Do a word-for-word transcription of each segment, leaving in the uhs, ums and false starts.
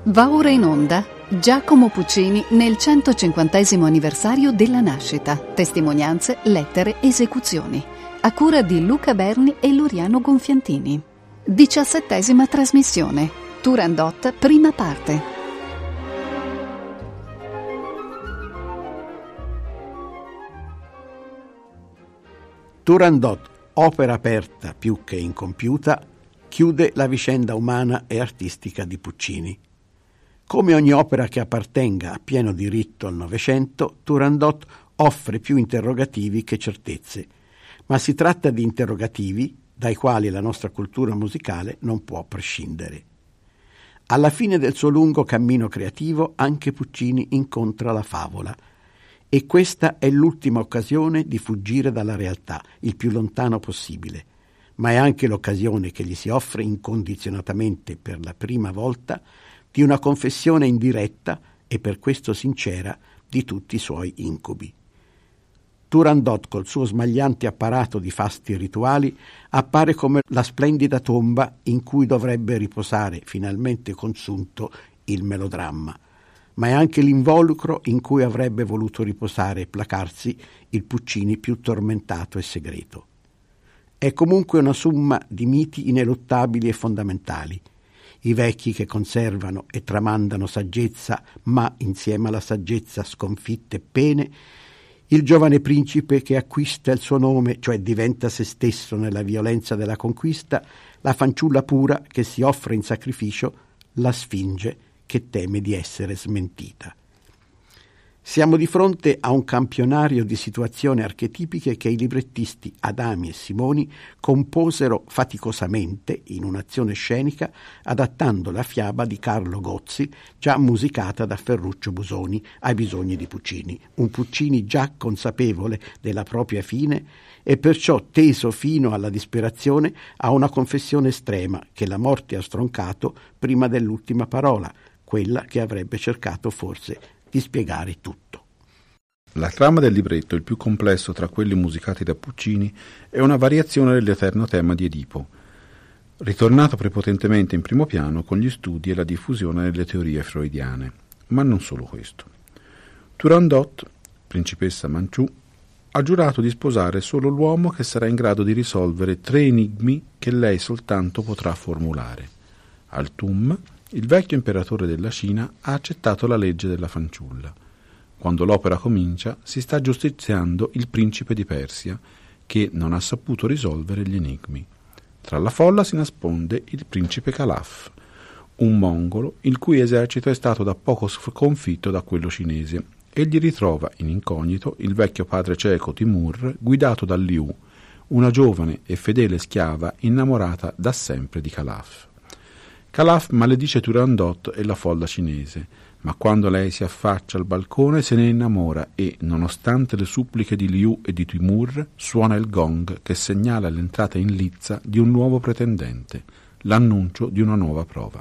Va ora in onda Giacomo Puccini nel centocinquantesimo anniversario della nascita. Testimonianze, lettere, esecuzioni. A cura di Luca Berni e Loriano Gonfiantini. Diciassettesima trasmissione. Turandot, prima parte. Turandot, opera aperta più che incompiuta, chiude la vicenda umana e artistica di Puccini. Come ogni opera che appartenga a pieno diritto al Novecento, Turandot offre più interrogativi che certezze, ma si tratta di interrogativi dai quali la nostra cultura musicale non può prescindere. Alla fine del suo lungo cammino creativo, anche Puccini incontra la favola, e questa è l'ultima occasione di fuggire dalla realtà, il più lontano possibile, ma è anche l'occasione che gli si offre incondizionatamente per la prima volta di una confessione indiretta e per questo sincera di tutti i suoi incubi. Turandot, col suo smagliante apparato di fasti rituali, appare come la splendida tomba in cui dovrebbe riposare, finalmente consunto, il melodramma, ma è anche l'involucro in cui avrebbe voluto riposare e placarsi il Puccini più tormentato e segreto. È comunque una somma di miti ineluttabili e fondamentali, i vecchi che conservano e tramandano saggezza, ma insieme alla saggezza sconfitte e pene, il giovane principe che acquista il suo nome, cioè diventa se stesso nella violenza della conquista, la fanciulla pura che si offre in sacrificio, la Sfinge che teme di essere smentita. Siamo di fronte a un campionario di situazioni archetipiche che i librettisti Adami e Simoni composero faticosamente in un'azione scenica, adattando la fiaba di Carlo Gozzi, già musicata da Ferruccio Busoni, ai bisogni di Puccini. Un Puccini già consapevole della propria fine e perciò teso fino alla disperazione a una confessione estrema che la morte ha stroncato prima dell'ultima parola, quella che avrebbe cercato forse di spiegare tutto. La trama del libretto, il più complesso tra quelli musicati da Puccini, è una variazione dell'eterno tema di Edipo, ritornato prepotentemente in primo piano con gli studi e la diffusione delle teorie freudiane. Ma non solo questo. Turandot, principessa Manciù, ha giurato di sposare solo l'uomo che sarà in grado di risolvere tre enigmi che lei soltanto potrà formulare. Al Tum, il vecchio imperatore della Cina ha accettato la legge della fanciulla. Quando l'opera comincia, si sta giustiziando il principe di Persia, che non ha saputo risolvere gli enigmi. Tra la folla si nasconde il principe Calaf, un mongolo il cui esercito è stato da poco sconfitto da quello cinese, e gli ritrova in incognito il vecchio padre cieco Timur, guidato da Liu, una giovane e fedele schiava innamorata da sempre di Calaf. Calaf maledice Turandot e la folla cinese, ma quando lei si affaccia al balcone se ne innamora e, nonostante le suppliche di Liu e di Timur, suona il gong che segnala l'entrata in lizza di un nuovo pretendente, l'annuncio di una nuova prova.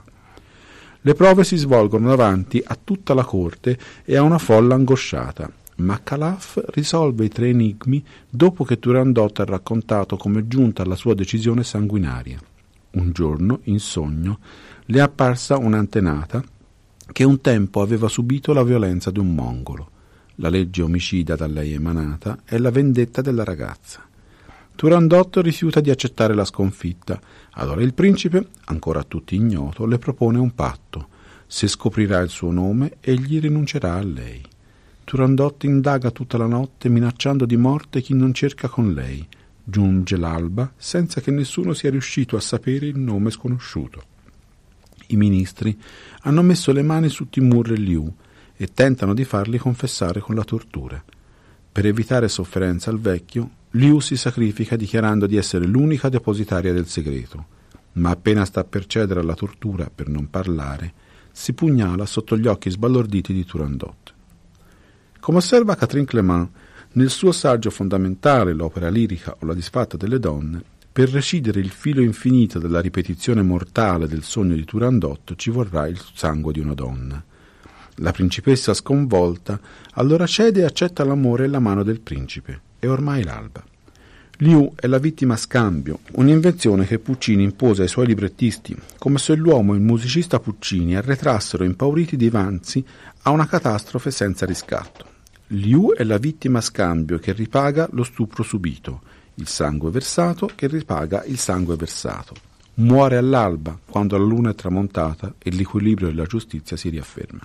Le prove si svolgono davanti a tutta la corte e a una folla angosciata, ma Calaf risolve i tre enigmi dopo che Turandot ha raccontato come è giunta alla sua decisione sanguinaria. Un giorno, in sogno, le è apparsa un'antenata che un tempo aveva subito la violenza di un mongolo. La legge omicida da lei emanata è la vendetta della ragazza. Turandot rifiuta di accettare la sconfitta. Allora il principe, ancora a tutti ignoto, le propone un patto. Se scoprirà il suo nome, egli rinuncerà a lei. Turandot indaga tutta la notte, minacciando di morte chi non cerca con lei. Giunge l'alba senza che nessuno sia riuscito a sapere il nome sconosciuto. I ministri hanno messo le mani su Timur e Liu e tentano di farli confessare con la tortura. Per evitare sofferenza al vecchio, Liu si sacrifica dichiarando di essere l'unica depositaria del segreto, ma appena sta per cedere alla tortura per non parlare, si pugnala sotto gli occhi sbalorditi di Turandot. Come osserva Catherine Clément nel suo saggio fondamentale, l'opera lirica o la disfatta delle donne, per recidere il filo infinito della ripetizione mortale del sogno di Turandot ci vorrà il sangue di una donna. La principessa sconvolta allora cede e accetta l'amore e la mano del principe. È ormai l'alba. Liu è la vittima a scambio, un'invenzione che Puccini impose ai suoi librettisti, come se l'uomo e il musicista Puccini arretrassero impauriti divanzi a una catastrofe senza riscatto. Liu è la vittima a scambio che ripaga lo stupro subito, il sangue versato che ripaga il sangue versato. Muore all'alba, quando la luna è tramontata e l'equilibrio della giustizia si riafferma.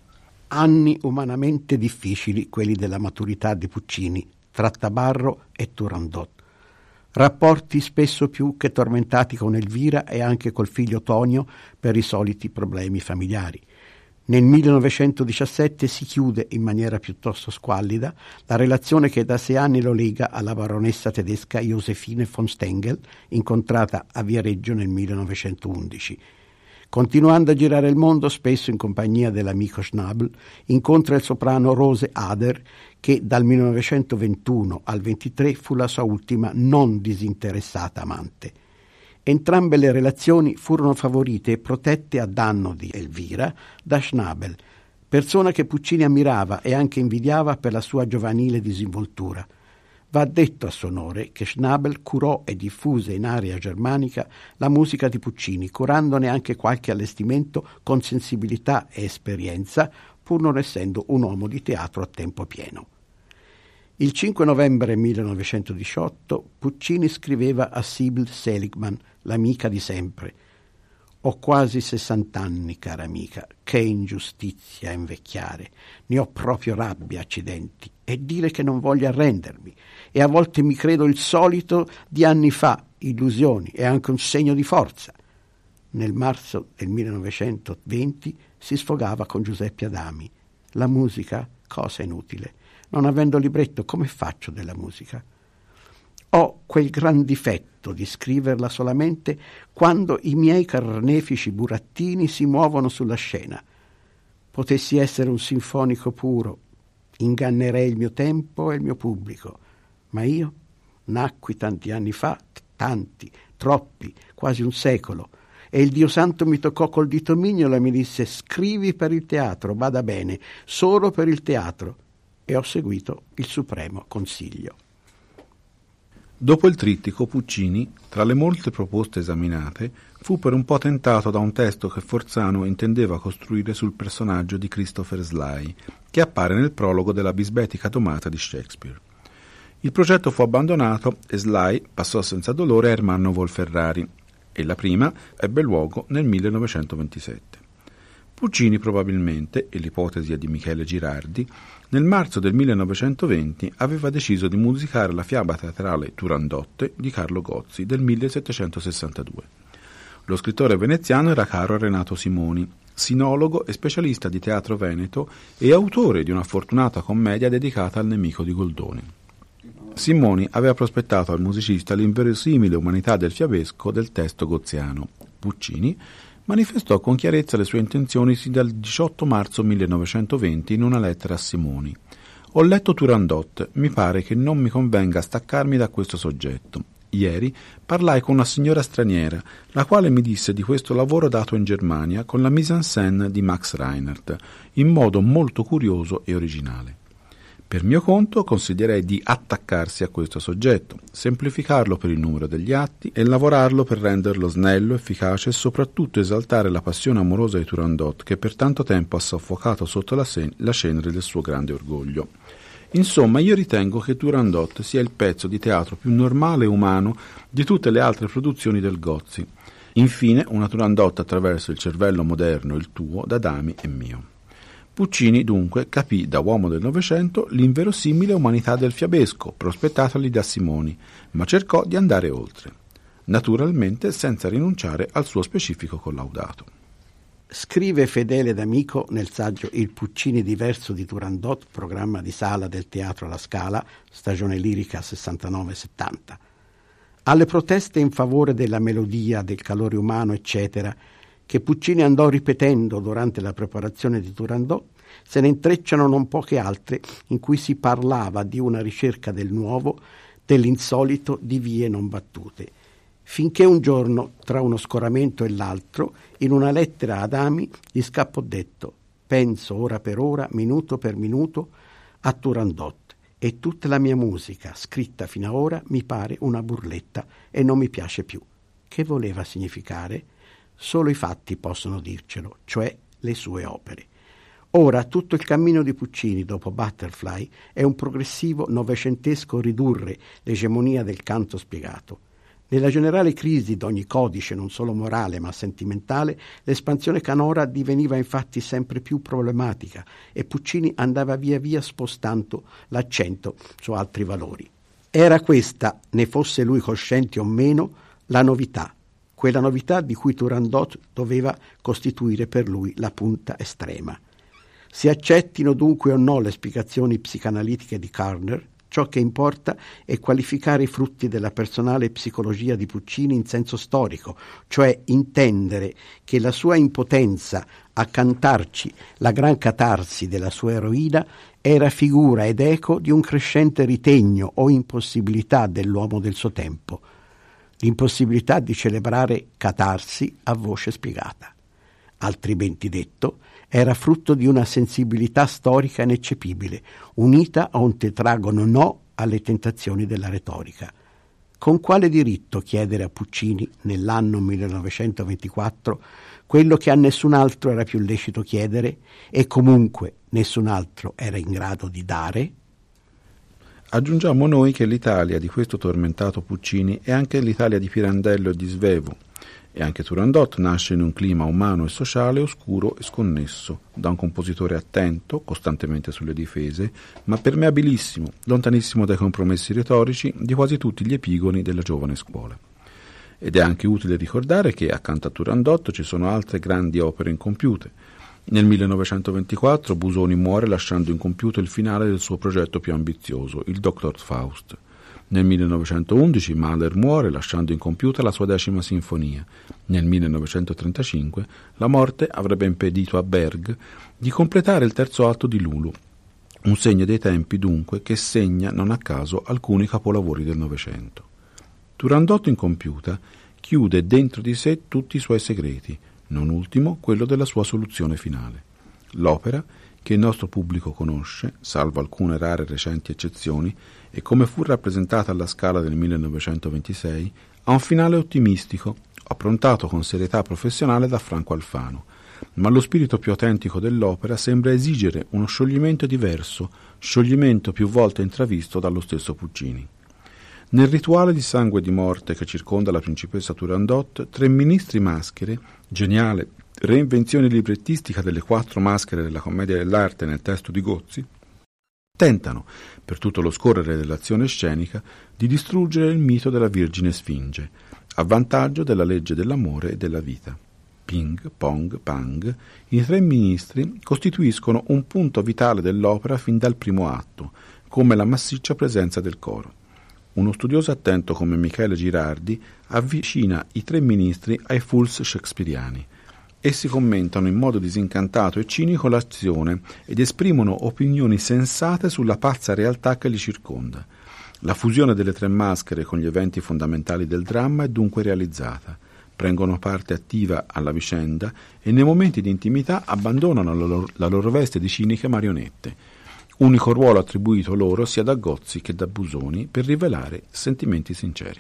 Anni umanamente difficili, quelli della maturità di Puccini, tra Tabarro e Turandot. Rapporti spesso più che tormentati con Elvira e anche col figlio Tonio per i soliti problemi familiari. Nel millenovecentodiciassette si chiude in maniera piuttosto squallida la relazione che da sei anni lo lega alla baronessa tedesca Josefine von Stengel, incontrata a Viareggio nel millenovecentoundici. Continuando a girare il mondo, spesso in compagnia dell'amico Schnabel, incontra il soprano Rose Ader, che dal millenovecentoventuno al ventitré fu la sua ultima non disinteressata amante. Entrambe le relazioni furono favorite e protette a danno di Elvira da Schnabel, persona che Puccini ammirava e anche invidiava per la sua giovanile disinvoltura. Va detto a suo onore che Schnabel curò e diffuse in area germanica la musica di Puccini, curandone anche qualche allestimento con sensibilità e esperienza, pur non essendo un uomo di teatro a tempo pieno. Il cinque novembre millenovecentodiciotto Puccini scriveva a Sibyl Seligman, l'amica di sempre: «Ho quasi sessant'anni, cara amica, che ingiustizia invecchiare. Ne ho proprio rabbia, accidenti, e dire che non voglio arrendermi. E a volte mi credo il solito di anni fa, illusioni e anche un segno di forza». Nel marzo del millenovecentoventi si sfogava con Giuseppe Adami. La musica? Cosa inutile. Non avendo libretto, come faccio della musica? Ho quel gran difetto di scriverla solamente quando i miei carnefici burattini si muovono sulla scena. Potessi essere un sinfonico puro, ingannerei il mio tempo e il mio pubblico. Ma io nacqui tanti anni fa, tanti, troppi, quasi un secolo, e il Dio Santo mi toccò col dito mignolo e mi disse: «Scrivi per il teatro, vada bene, solo per il teatro». E ho seguito il supremo consiglio. Dopo il trittico, Puccini, tra le molte proposte esaminate, fu per un po' tentato da un testo che Forzano intendeva costruire sul personaggio di Christopher Sly, che appare nel prologo della bisbetica domata di Shakespeare. Il progetto fu abbandonato e Sly passò senza dolore a Ermanno Wolferrari, e la prima ebbe luogo nel millenovecentoventisette. Puccini probabilmente, e l'ipotesi è di Michele Girardi, nel marzo del millenovecentoventi aveva deciso di musicare la fiaba teatrale Turandot di Carlo Gozzi del millesettecentosessantadue. Lo scrittore veneziano era caro a Renato Simoni, sinologo e specialista di teatro veneto e autore di una fortunata commedia dedicata al nemico di Goldoni. Simoni aveva prospettato al musicista l'inverosimile umanità del fiabesco del testo gozziano. Puccini manifestò con chiarezza le sue intenzioni sin dal diciotto marzo millenovecentoventi in una lettera a Simoni. «Ho letto Turandot, mi pare che non mi convenga staccarmi da questo soggetto. Ieri parlai con una signora straniera, la quale mi disse di questo lavoro dato in Germania con la mise-en-scène di Max Reinhardt, in modo molto curioso e originale. Per mio conto consiglierei di attaccarsi a questo soggetto, semplificarlo per il numero degli atti e lavorarlo per renderlo snello, efficace e soprattutto esaltare la passione amorosa di Turandot che per tanto tempo ha soffocato sotto la, sen- la cenere del suo grande orgoglio. Insomma, io ritengo che Turandot sia il pezzo di teatro più normale e umano di tutte le altre produzioni del Gozzi. Infine, una Turandot attraverso il cervello moderno, il tuo, d'Adami e mio». Puccini dunque capì da uomo del Novecento l'inverosimile umanità del fiabesco prospettatagli da Simoni, ma cercò di andare oltre, naturalmente senza rinunciare al suo specifico collaudato. Scrive fedele ed amico nel saggio Il Puccini diverso di Turandot, programma di sala del Teatro alla Scala, stagione lirica sessantanove settanta. Alle proteste in favore della melodia, del calore umano, eccetera, che Puccini andò ripetendo durante la preparazione di Turandot, se ne intrecciano non poche altre in cui si parlava di una ricerca del nuovo, dell'insolito, di vie non battute. Finché un giorno, tra uno scoramento e l'altro, in una lettera ad Adami gli scappò detto: «Penso ora per ora, minuto per minuto, a Turandot, e tutta la mia musica, scritta fino ad ora, mi pare una burletta e non mi piace più. Che voleva significare? Solo i fatti possono dircelo, cioè le sue opere. Ora tutto il cammino di Puccini dopo Butterfly è un progressivo novecentesco ridurre l'egemonia del canto spiegato. Nella generale crisi d'ogni codice, non solo morale ma sentimentale, l'espansione canora diveniva infatti sempre più problematica e Puccini andava via via spostando l'accento su altri valori. Era questa, ne fosse lui cosciente o meno, la novità, quella novità di cui Turandot doveva costituire per lui la punta estrema. Si accettino dunque o no le spiegazioni psicanalitiche di Karner, ciò che importa è qualificare i frutti della personale psicologia di Puccini in senso storico, cioè intendere che la sua impotenza a cantarci la gran catarsi della sua eroina era figura ed eco di un crescente ritegno o impossibilità dell'uomo del suo tempo, l'impossibilità di celebrare catarsi a voce spiegata. Altrimenti detto, era frutto di una sensibilità storica ineccepibile, unita a un tetragono no alle tentazioni della retorica. Con quale diritto chiedere a Puccini, nell'anno millenovecentoventiquattro, quello che a nessun altro era più lecito chiedere e comunque nessun altro era in grado di dare? Aggiungiamo noi che l'Italia di questo tormentato Puccini è anche l'Italia di Pirandello e di Svevo, e anche Turandot nasce in un clima umano e sociale oscuro e sconnesso, da un compositore attento, costantemente sulle difese, ma permeabilissimo, lontanissimo dai compromessi retorici di quasi tutti gli epigoni della giovane scuola. Ed è anche utile ricordare che, accanto a Turandot, ci sono altre grandi opere incompiute. Nel millenovecentoventiquattro Busoni muore lasciando incompiuto il finale del suo progetto più ambizioso, il Doktor Faust. Nel millenovecentoundici Mahler muore lasciando incompiuta la sua decima sinfonia. Nel millenovecentotrentacinque la morte avrebbe impedito a Berg di completare il terzo atto di Lulu, un segno dei tempi dunque che segna non a caso alcuni capolavori del Novecento. Turandot incompiuta chiude dentro di sé tutti i suoi segreti, non ultimo quello della sua soluzione finale. L'opera, che il nostro pubblico conosce, salvo alcune rare e recenti eccezioni, e come fu rappresentata alla Scala del millenovecentoventisei, ha un finale ottimistico, approntato con serietà professionale da Franco Alfano, ma lo spirito più autentico dell'opera sembra esigere uno scioglimento diverso, scioglimento più volte intravisto dallo stesso Puccini. Nel rituale di sangue e di morte che circonda la principessa Turandot, tre ministri maschere, geniale reinvenzione librettistica delle quattro maschere della commedia dell'arte nel testo di Gozzi, tentano, per tutto lo scorrere dell'azione scenica, di distruggere il mito della Vergine Sfinge, a vantaggio della legge dell'amore e della vita. Ping, pong, pang, i tre ministri costituiscono un punto vitale dell'opera fin dal primo atto, come la massiccia presenza del coro. Uno studioso attento come Michele Girardi avvicina i tre ministri ai fools shakespeariani. Essi commentano in modo disincantato e cinico l'azione ed esprimono opinioni sensate sulla pazza realtà che li circonda. La fusione delle tre maschere con gli eventi fondamentali del dramma è dunque realizzata. Prendono parte attiva alla vicenda e nei momenti di intimità abbandonano la loro, la loro veste di ciniche marionette, unico ruolo attribuito loro sia da Gozzi che da Busoni per rivelare sentimenti sinceri.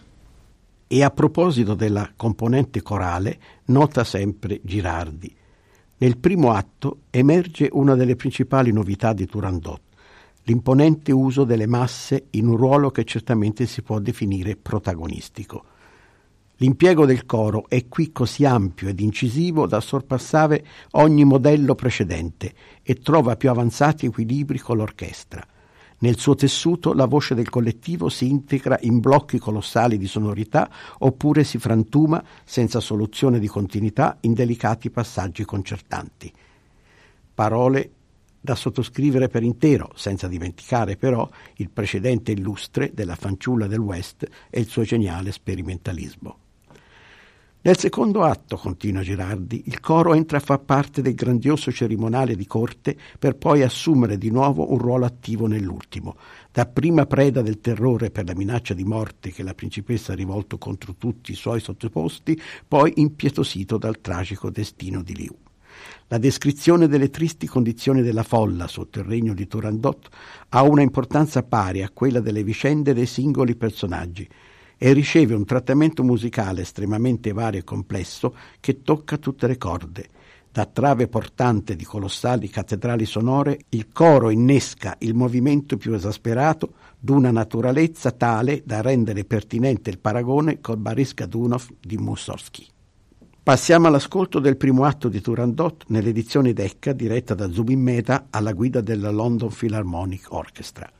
E a proposito della componente corale, nota sempre Girardi. Nel primo atto emerge una delle principali novità di Turandot, l'imponente uso delle masse in un ruolo che certamente si può definire protagonistico. L'impiego del coro è qui così ampio ed incisivo da sorpassare ogni modello precedente e trova più avanzati equilibri con l'orchestra. Nel suo tessuto la voce del collettivo si integra in blocchi colossali di sonorità oppure si frantuma senza soluzione di continuità in delicati passaggi concertanti. Parole da sottoscrivere per intero, senza dimenticare però il precedente illustre della fanciulla del West e il suo geniale sperimentalismo. Nel secondo atto, continua Girardi, il coro entra a far parte del grandioso cerimoniale di corte per poi assumere di nuovo un ruolo attivo nell'ultimo, dapprima preda del terrore per la minaccia di morte che la principessa ha rivolto contro tutti i suoi sottoposti, poi impietosito dal tragico destino di Liu. La descrizione delle tristi condizioni della folla sotto il regno di Turandot ha una importanza pari a quella delle vicende dei singoli personaggi e riceve un trattamento musicale estremamente vario e complesso che tocca tutte le corde. Da trave portante di colossali cattedrali sonore, il coro innesca il movimento più esasperato d'una naturalezza tale da rendere pertinente il paragone col Boris Godunov di Mussorgsky. Passiamo all'ascolto del primo atto di Turandot nell'edizione Decca diretta da Zubin Mehta alla guida della London Philharmonic Orchestra.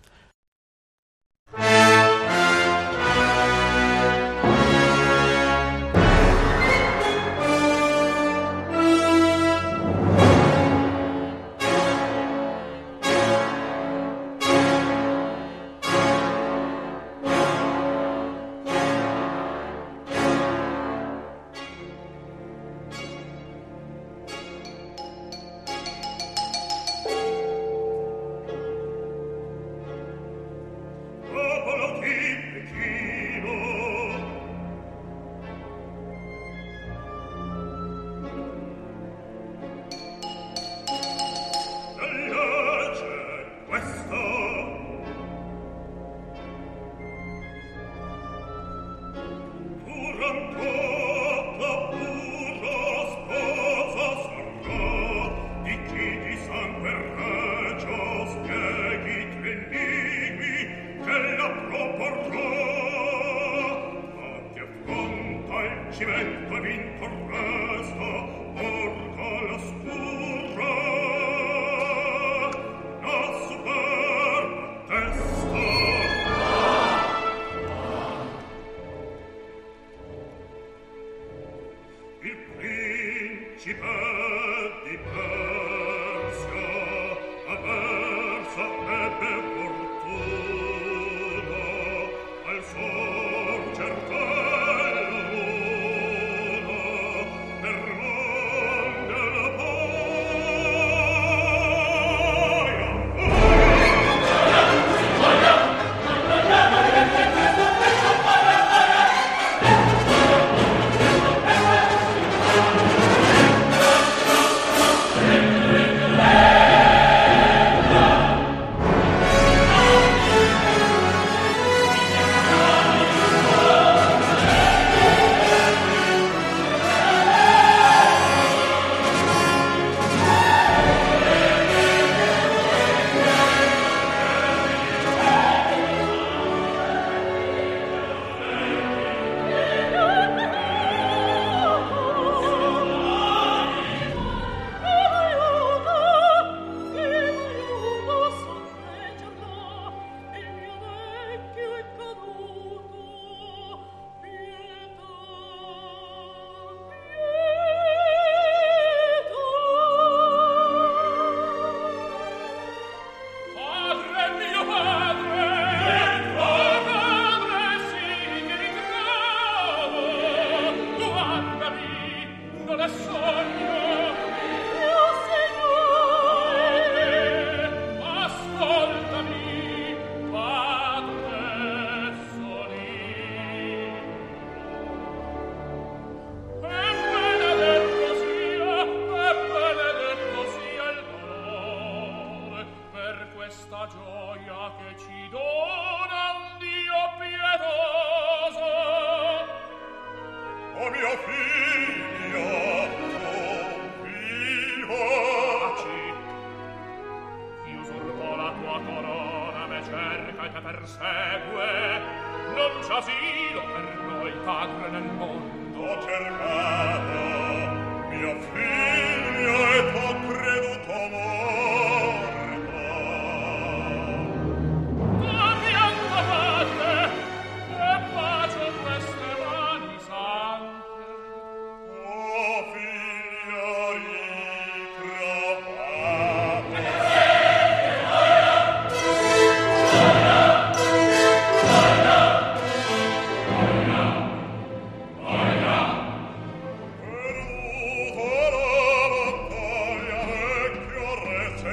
Perduto la battaglia vecchio re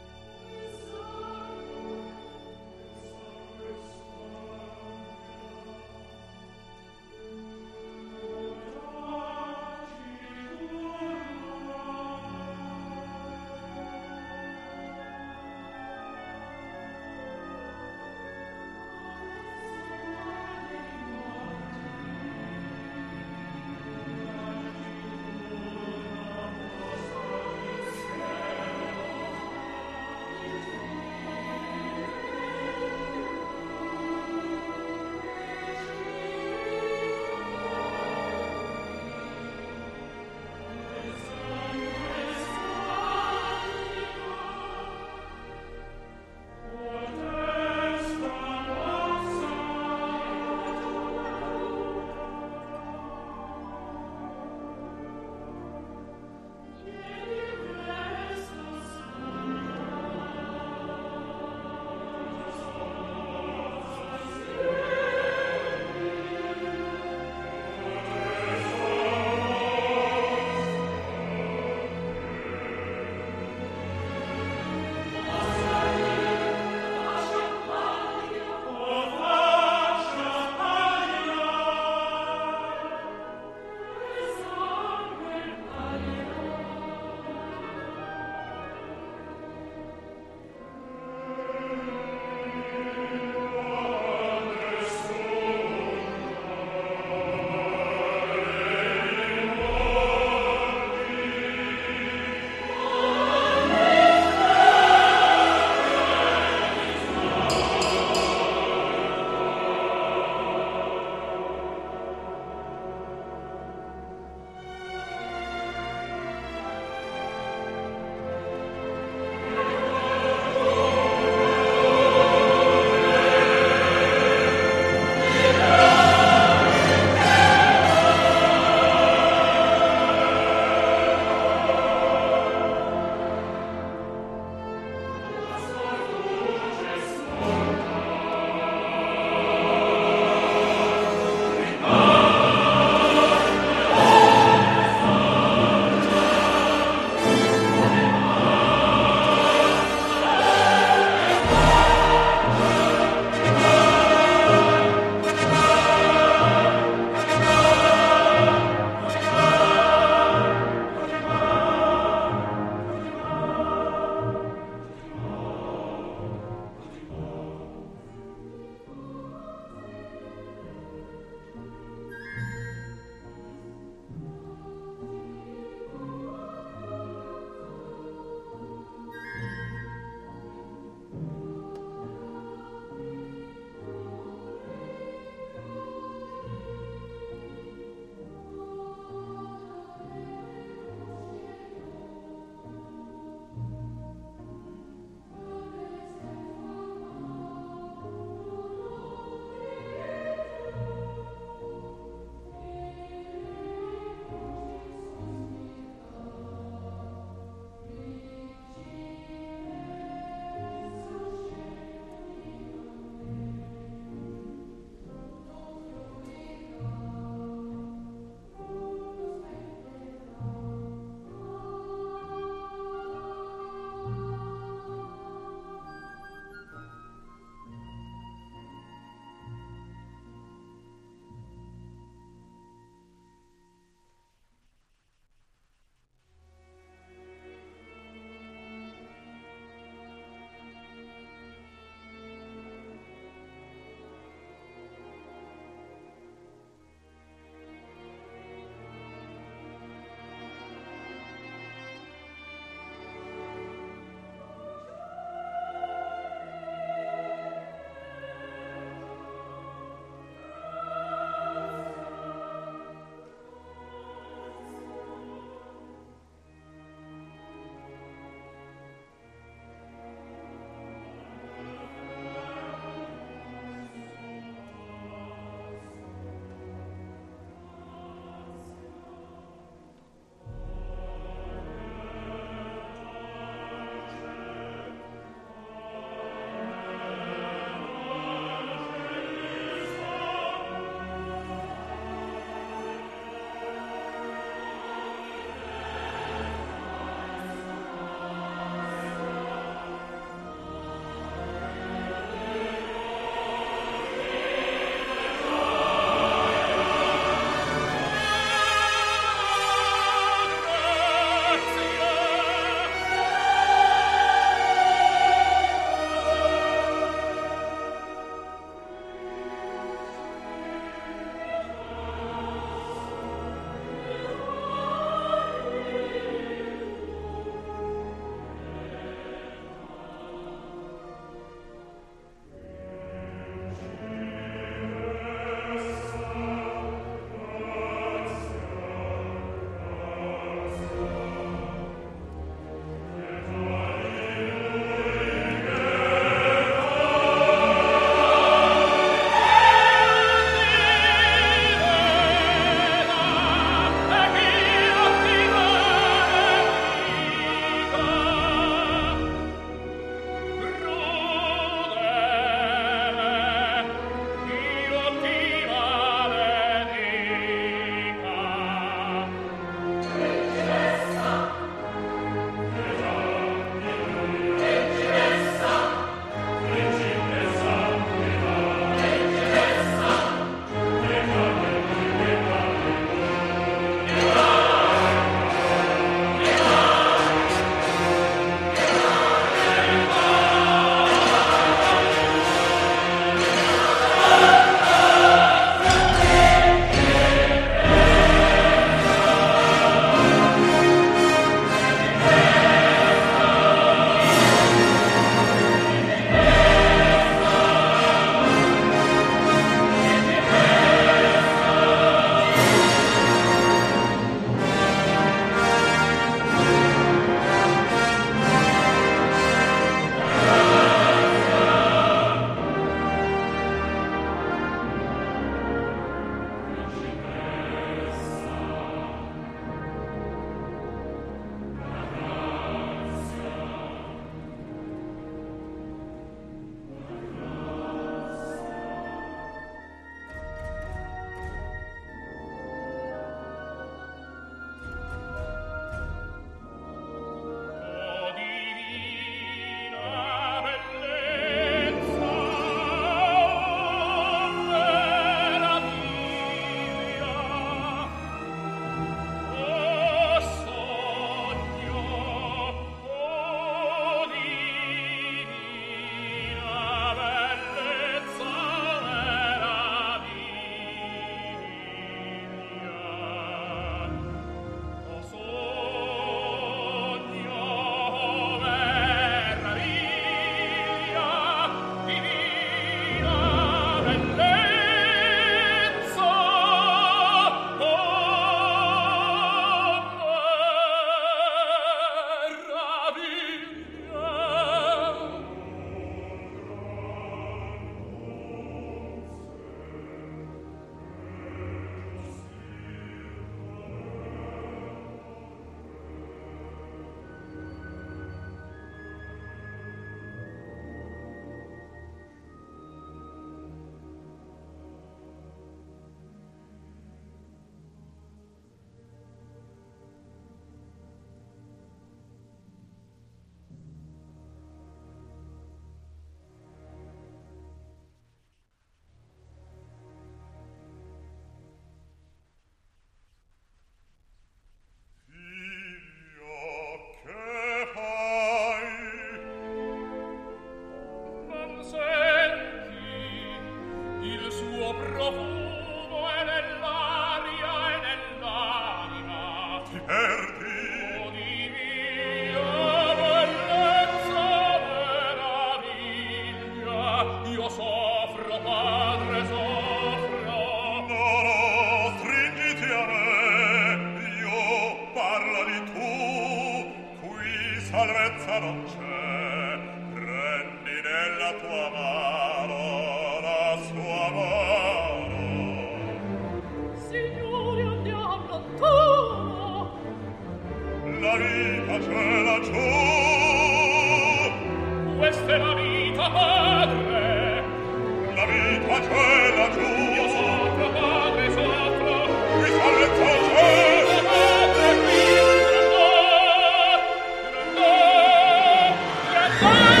profumo è nell'aria e nell'anima. Ti perdi. Oh divina bellezza, meraviglia, io soffro, padre, soffro. No, no, stringiti a me, io parlali tu, qui salvezza non c'è, prendi nella tua mano la sua mano. Signore, andiamo lontano. La vita c'è laggiù. Questa è la vita, padre. La vita c'è laggiù. Io soffro, padre, soffro. Qui salvezza non c'è. Padre, qui grandor, grandor, grandor.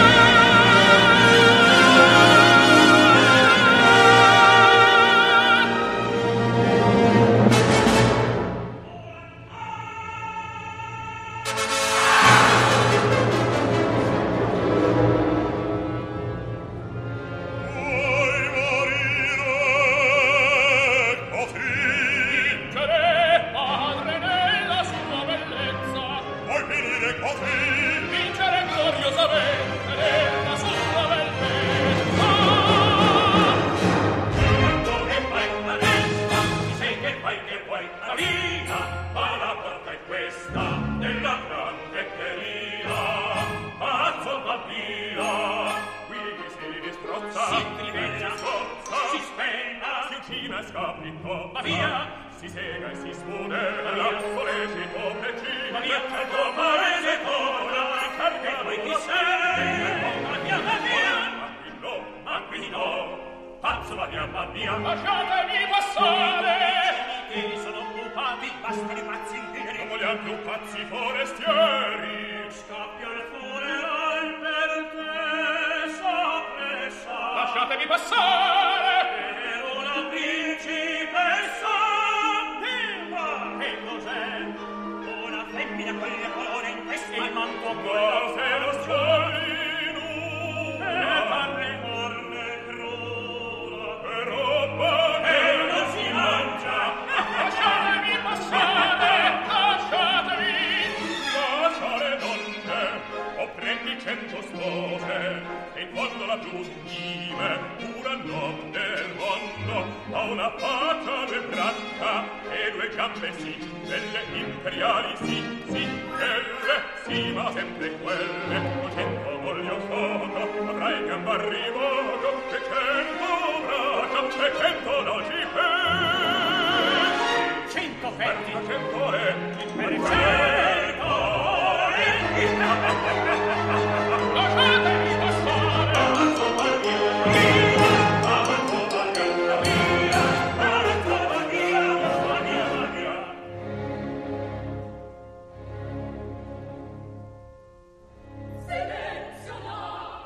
Vuoi morire così? Vincere, padre, nella sua bellezza. Vuoi finire così? Vincere gloriosamente nella sua bellezza. Quando che fai la testa, ti sei che fai che vuoi la vita, ma la porta è questa della grande Cherina. Pazzo va via, qui si distrozza, si trivella, si scozza, si spenna, si uccina e scappicò, ma via, si sega e si smodella, sollecito precino, ma via, al tuo paese torna, si carga e poi chi sei? Ma via, ma via, ma qui no, ma qui no, pazzo va via, ma via, lasciatemi passare, che sono occupati, basta di pazzi interi, non vogliamo più pazzi forestieri, scappia il funeral per te, soppressa, lasciatemi passare, per una principessa, viva, che cos'è? Una femmina con le colore in testa, il manto cose lo sciolino, e parle morne cruna, per roba che non si mangia, lasciatemi passare, lasciatemi, lasciare donne, o prendi cento spose, e in fondo la più sublime, pura notte del mondo, ha una faccia, due braccia, e due gambe sì, delle imperiali sì, sì, quelle sì, ma sempre quelle, duecento voglio sotto, avrai gamba rimoto, e cento braccia, e cento noci per, cento fetti, cento letti, per cento letti, lasciatemi passare, avanzo va via, avanzo va via, via, avanzo va via, va via, va via. Silenzio là,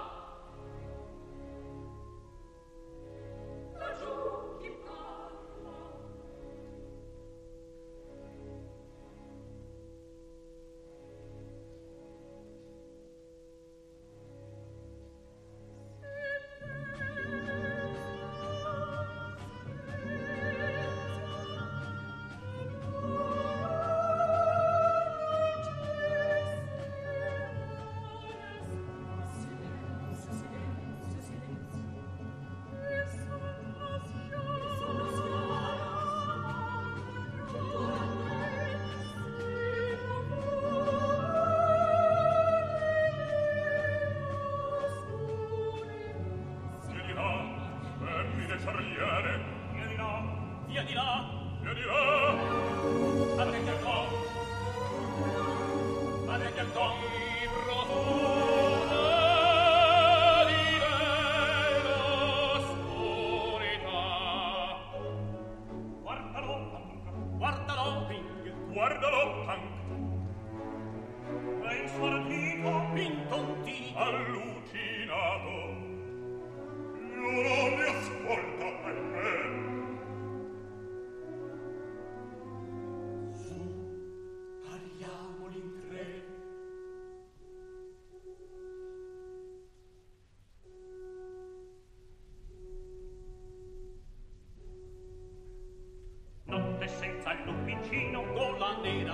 laggiù chi parla? Via di là, via di là, apriti al con, apriti al con, profonda di nell'oscurità. Guardalo, guardalo, Ping, guardalo, Punk. È insordito, intontito, allucinato. Io non mi ascolta per me.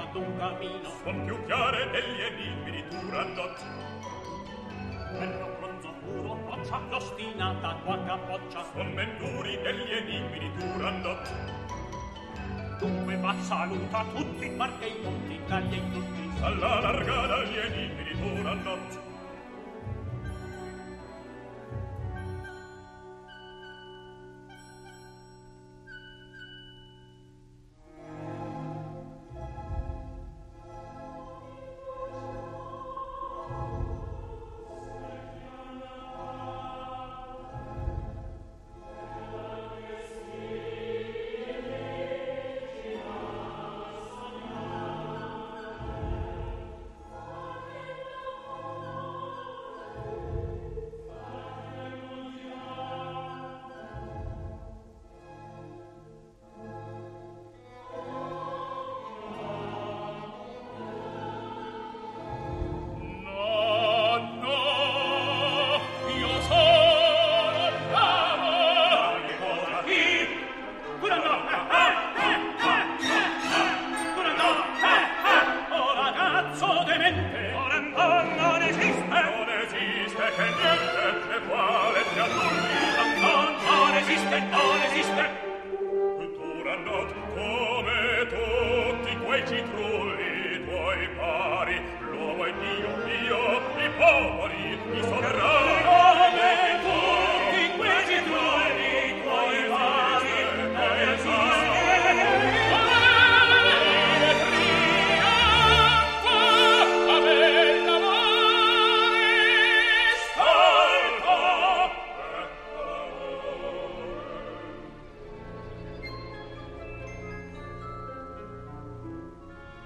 fatto un cammino. Son più chiare degli enigmi di Turandot. Bello bronzo puro, boccia, l'ostinata tua capoccia. Son men duri degli enigmi di Turandot. Dunque va saluta tutti, parte i monti, taglia i tutti. Alla larga dagli enigmi di Turandot.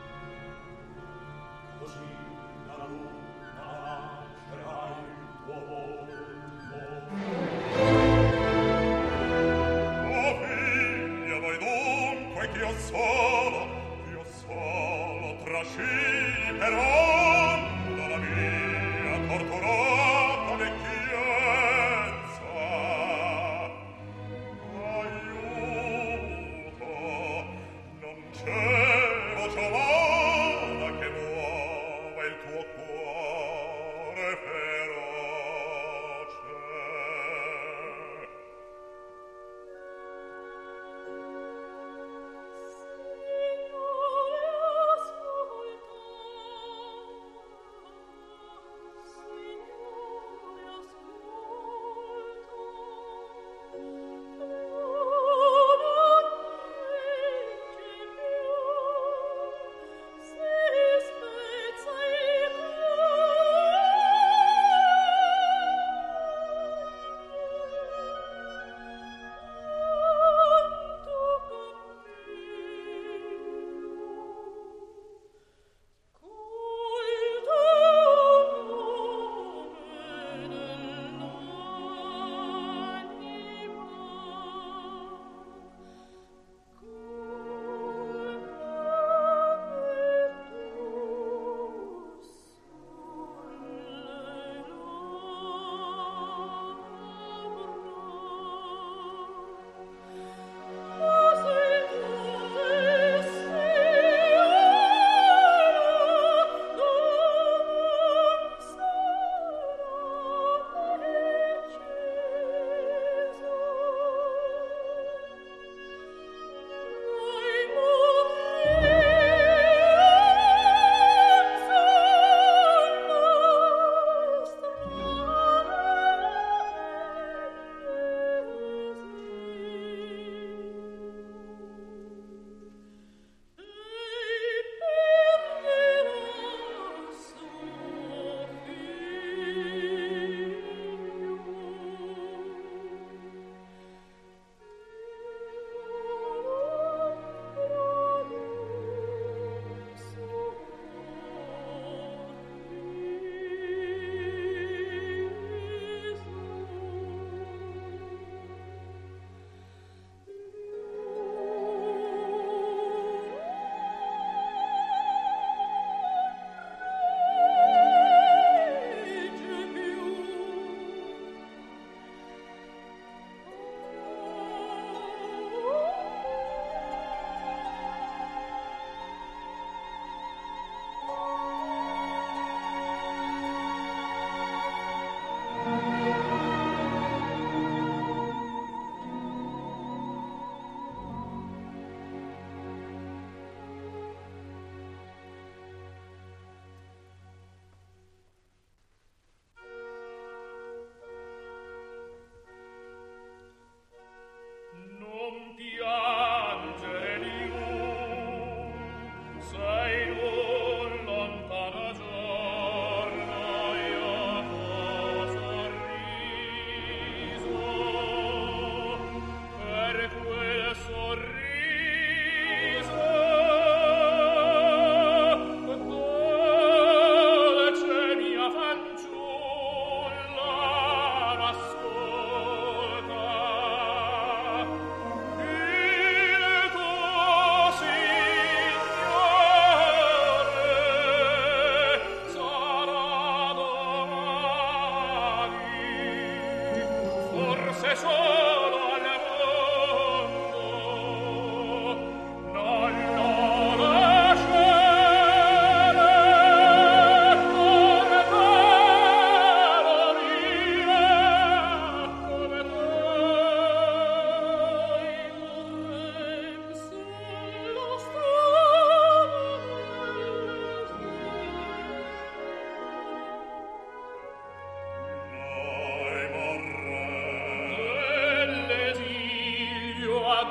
Così la luna nascerà il tuo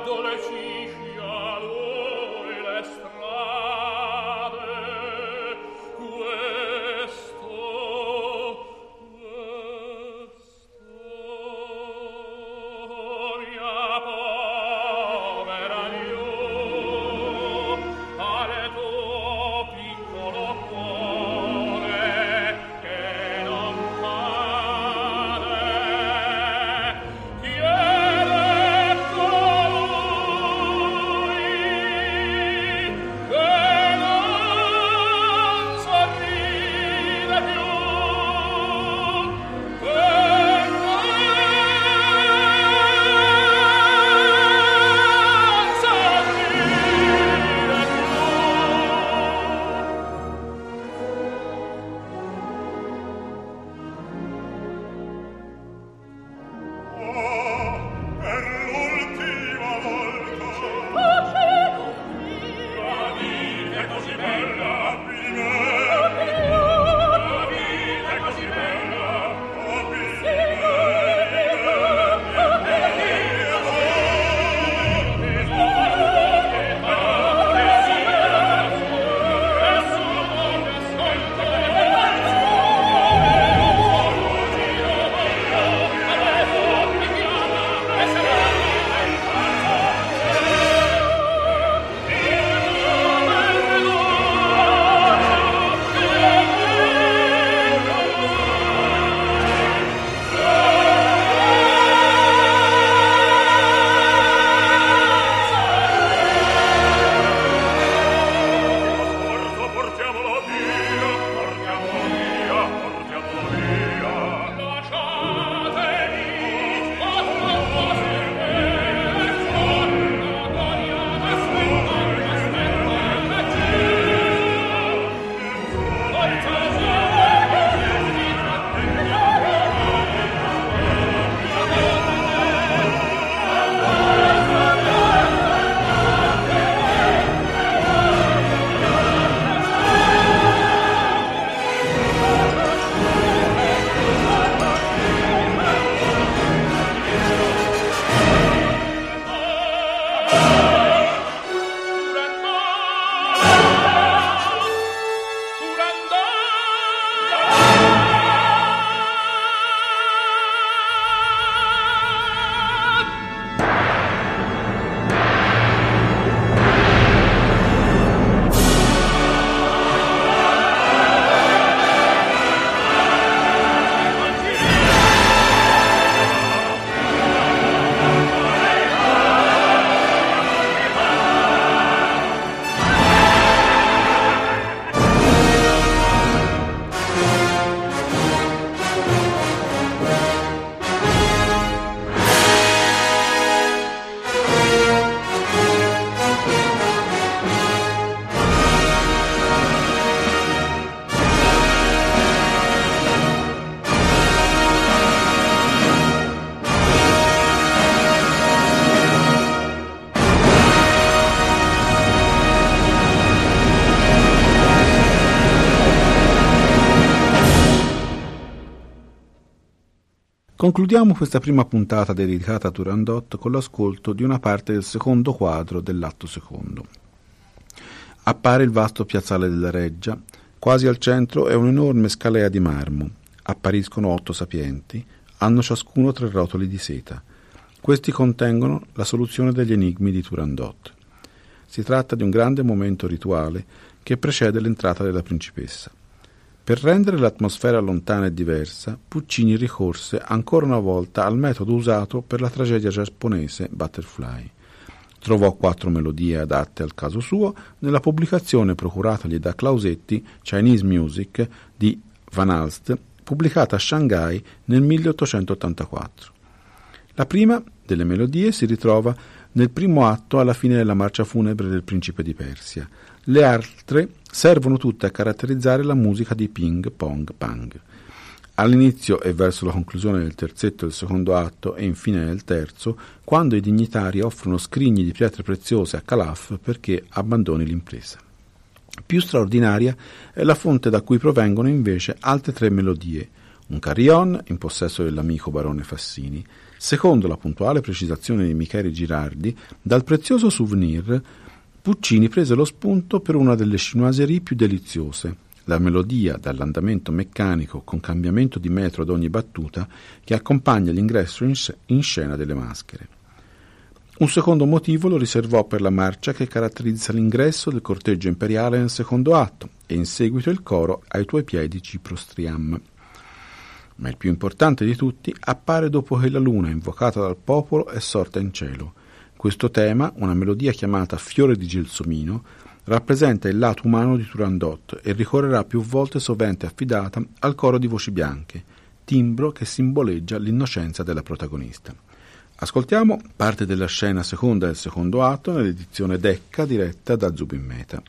Concludiamo questa prima puntata dedicata a Turandot con l'ascolto di una parte del secondo quadro dell'atto secondo. Appare il vasto piazzale della Reggia, quasi al centro è un'enorme scalea di marmo. Appariscono otto sapienti, hanno ciascuno tre rotoli di seta. Questi contengono la soluzione degli enigmi di Turandot. Si tratta di un grande momento rituale che precede l'entrata della principessa. Per rendere l'atmosfera lontana e diversa, Puccini ricorse ancora una volta al metodo usato per la tragedia giapponese Butterfly. Trovò quattro melodie adatte al caso suo nella pubblicazione procuratagli da Clausetti, Chinese Music, di Van Alst, pubblicata a Shanghai nel milleottocentottantaquattro. La prima delle melodie si ritrova nel primo atto alla fine della marcia funebre del principe di Persia. Le altre servono tutte a caratterizzare la musica di Ping Pong Pang. All'inizio e verso la conclusione del terzetto del secondo atto e infine nel terzo, quando i dignitari offrono scrigni di pietre preziose a Calaf perché abbandoni l'impresa. Più straordinaria è la fonte da cui provengono invece altre tre melodie: un carillon in possesso dell'amico barone Fassini, Secondo la puntuale precisazione di Michele Girardi, dal prezioso souvenir Puccini prese lo spunto per una delle chinoiserie più deliziose, la melodia dall'andamento meccanico con cambiamento di metro ad ogni battuta che accompagna l'ingresso in, sc- in scena delle maschere. Un secondo motivo lo riservò per la marcia che caratterizza l'ingresso del corteggio imperiale nel secondo atto e in seguito il coro Ai tuoi piedi Ciprostriam. Ma il più importante di tutti appare dopo che la luna invocata dal popolo è sorta in cielo. Questo tema, una melodia chiamata Fiore di Gelsomino, rappresenta il lato umano di Turandot e ricorrerà più volte sovente affidata al coro di voci bianche, timbro che simboleggia l'innocenza della protagonista. Ascoltiamo parte della scena seconda del secondo atto nell'edizione Decca diretta da Zubin Mehta.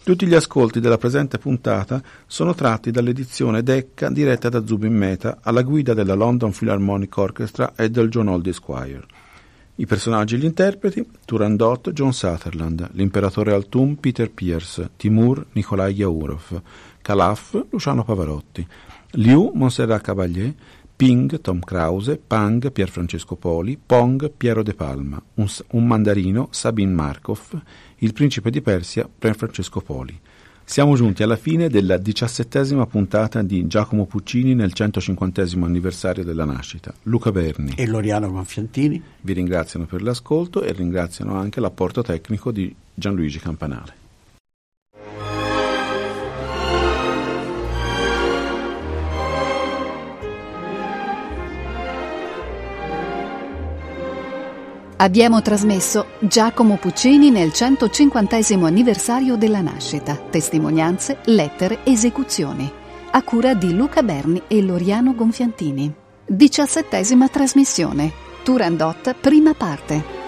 Tutti gli ascolti della presente puntata sono tratti dall'edizione Decca diretta da Zubin Mehta alla guida della London Philharmonic Orchestra e del John Oldie Squire. I personaggi e gli interpreti: Turandot, John Sutherland, l'imperatore Altum, Peter Pierce, Timur, Nikolai Yaurov, Calaf, Luciano Pavarotti, Liu, Montserrat Caballé, Ping, Tom Krause, Pang, Pierfrancesco Poli, Pong, Piero De Palma, un, un mandarino, Sabine Markov, il principe di Persia, Pierfrancesco Poli. Siamo giunti alla fine della diciassettesima puntata di Giacomo Puccini nel centocinquantesimo anniversario della nascita. Luca Berni e Loriano Gonfiantini vi ringraziano per l'ascolto e ringraziano anche l'apporto tecnico di Gianluigi Campanale. Abbiamo trasmesso Giacomo Puccini nel centocinquantesimo anniversario della nascita. Testimonianze, lettere, esecuzioni. A cura di Luca Berni e Loriano Gonfiantini. Diciassettesima trasmissione. Turandot, prima parte.